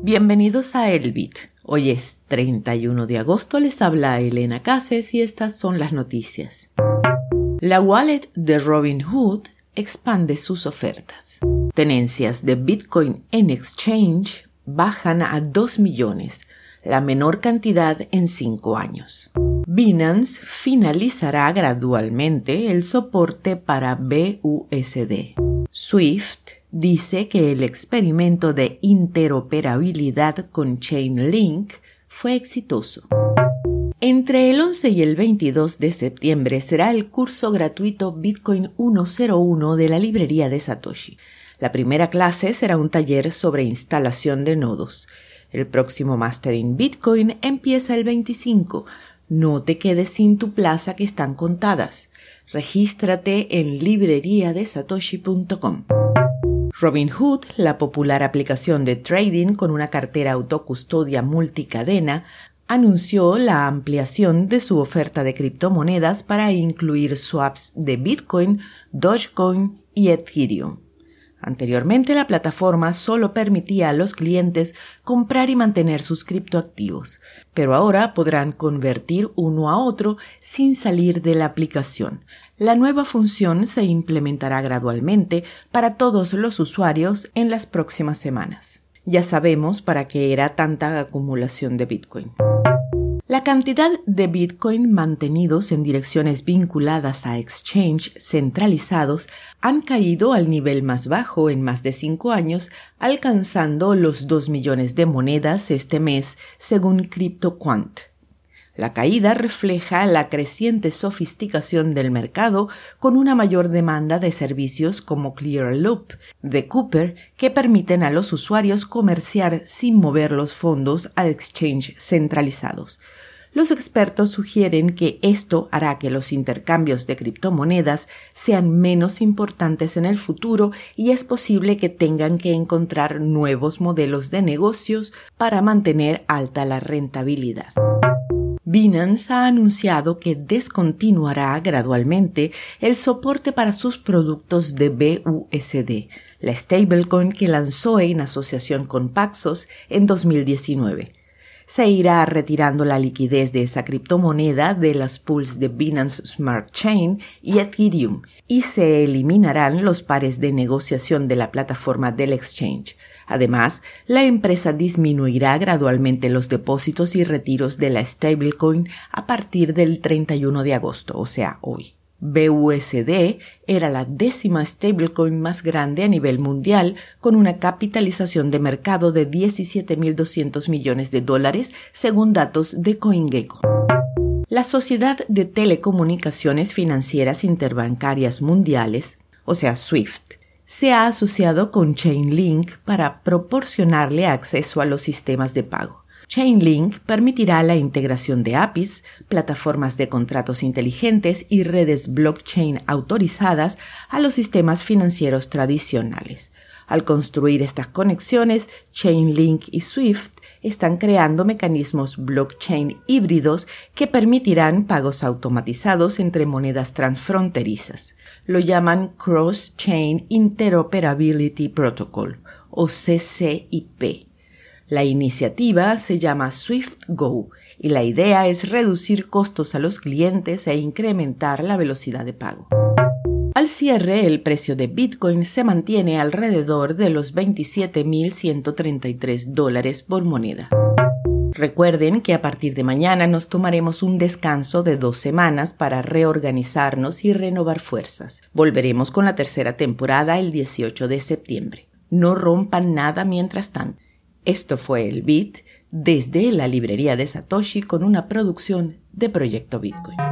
Bienvenidos a Elbit. Hoy es 31 de agosto, les habla Elena Cases y estas son las noticias. La wallet de Robinhood expande sus ofertas. Tenencias de Bitcoin en exchange bajan a 2 millones, la menor cantidad en 5 años. Binance finalizará gradualmente el soporte para BUSD. Swift dice que el experimento de interoperabilidad con Chainlink fue exitoso. Entre el 11 y el 22 de septiembre será el curso gratuito Bitcoin 101 de la librería de Satoshi. La primera clase será un taller sobre instalación de nodos. El próximo Máster en Bitcoin empieza el 25. No te quedes sin tu plaza, que están contadas. Regístrate en libreriadesatoshi.com. Robinhood, la popular aplicación de trading con una cartera autocustodia multicadena, anunció la ampliación de su oferta de criptomonedas para incluir swaps de Bitcoin, Dogecoin y Ethereum. Anteriormente, la plataforma solo permitía a los clientes comprar y mantener sus criptoactivos, pero ahora podrán convertir uno a otro sin salir de la aplicación. La nueva función se implementará gradualmente para todos los usuarios en las próximas semanas. Ya sabemos para qué era tanta acumulación de Bitcoin. La cantidad de Bitcoin mantenidos en direcciones vinculadas a exchange centralizados han caído al nivel más bajo en más de 5 años, alcanzando los 2 millones de monedas este mes, según CryptoQuant. La caída refleja la creciente sofisticación del mercado, con una mayor demanda de servicios como Clearloop de Cooper, que permiten a los usuarios comerciar sin mover los fondos a exchange centralizados. Los expertos sugieren que esto hará que los intercambios de criptomonedas sean menos importantes en el futuro y es posible que tengan que encontrar nuevos modelos de negocios para mantener alta la rentabilidad. Binance ha anunciado que descontinuará gradualmente el soporte para sus productos de BUSD, la stablecoin que lanzó en asociación con Paxos en 2019. Se irá retirando la liquidez de esa criptomoneda de las pools de Binance Smart Chain y Ethereum y se eliminarán los pares de negociación de la plataforma del exchange. Además, la empresa disminuirá gradualmente los depósitos y retiros de la stablecoin a partir del 31 de agosto, o sea, hoy. BUSD era la 10ª stablecoin más grande a nivel mundial, con una capitalización de mercado de $17.200 millones, según datos de CoinGecko. La Sociedad de Telecomunicaciones Financieras Interbancarias Mundiales, o sea SWIFT, se ha asociado con Chainlink para proporcionarle acceso a los sistemas de pago. Chainlink permitirá la integración de APIs, plataformas de contratos inteligentes y redes blockchain autorizadas a los sistemas financieros tradicionales. Al construir estas conexiones, Chainlink y Swift están creando mecanismos blockchain híbridos que permitirán pagos automatizados entre monedas transfronterizas. Lo llaman Cross-Chain Interoperability Protocol, o CCIP. La iniciativa se llama SwiftGo y la idea es reducir costos a los clientes e incrementar la velocidad de pago. Al cierre, el precio de Bitcoin se mantiene alrededor de los $27.133 por moneda. Recuerden que a partir de mañana nos tomaremos un descanso de 2 semanas para reorganizarnos y renovar fuerzas. Volveremos con la tercera temporada el 18 de septiembre. No rompan nada mientras tanto. Esto fue el Bit desde la librería de Satoshi con una producción de Proyecto Bitcoin.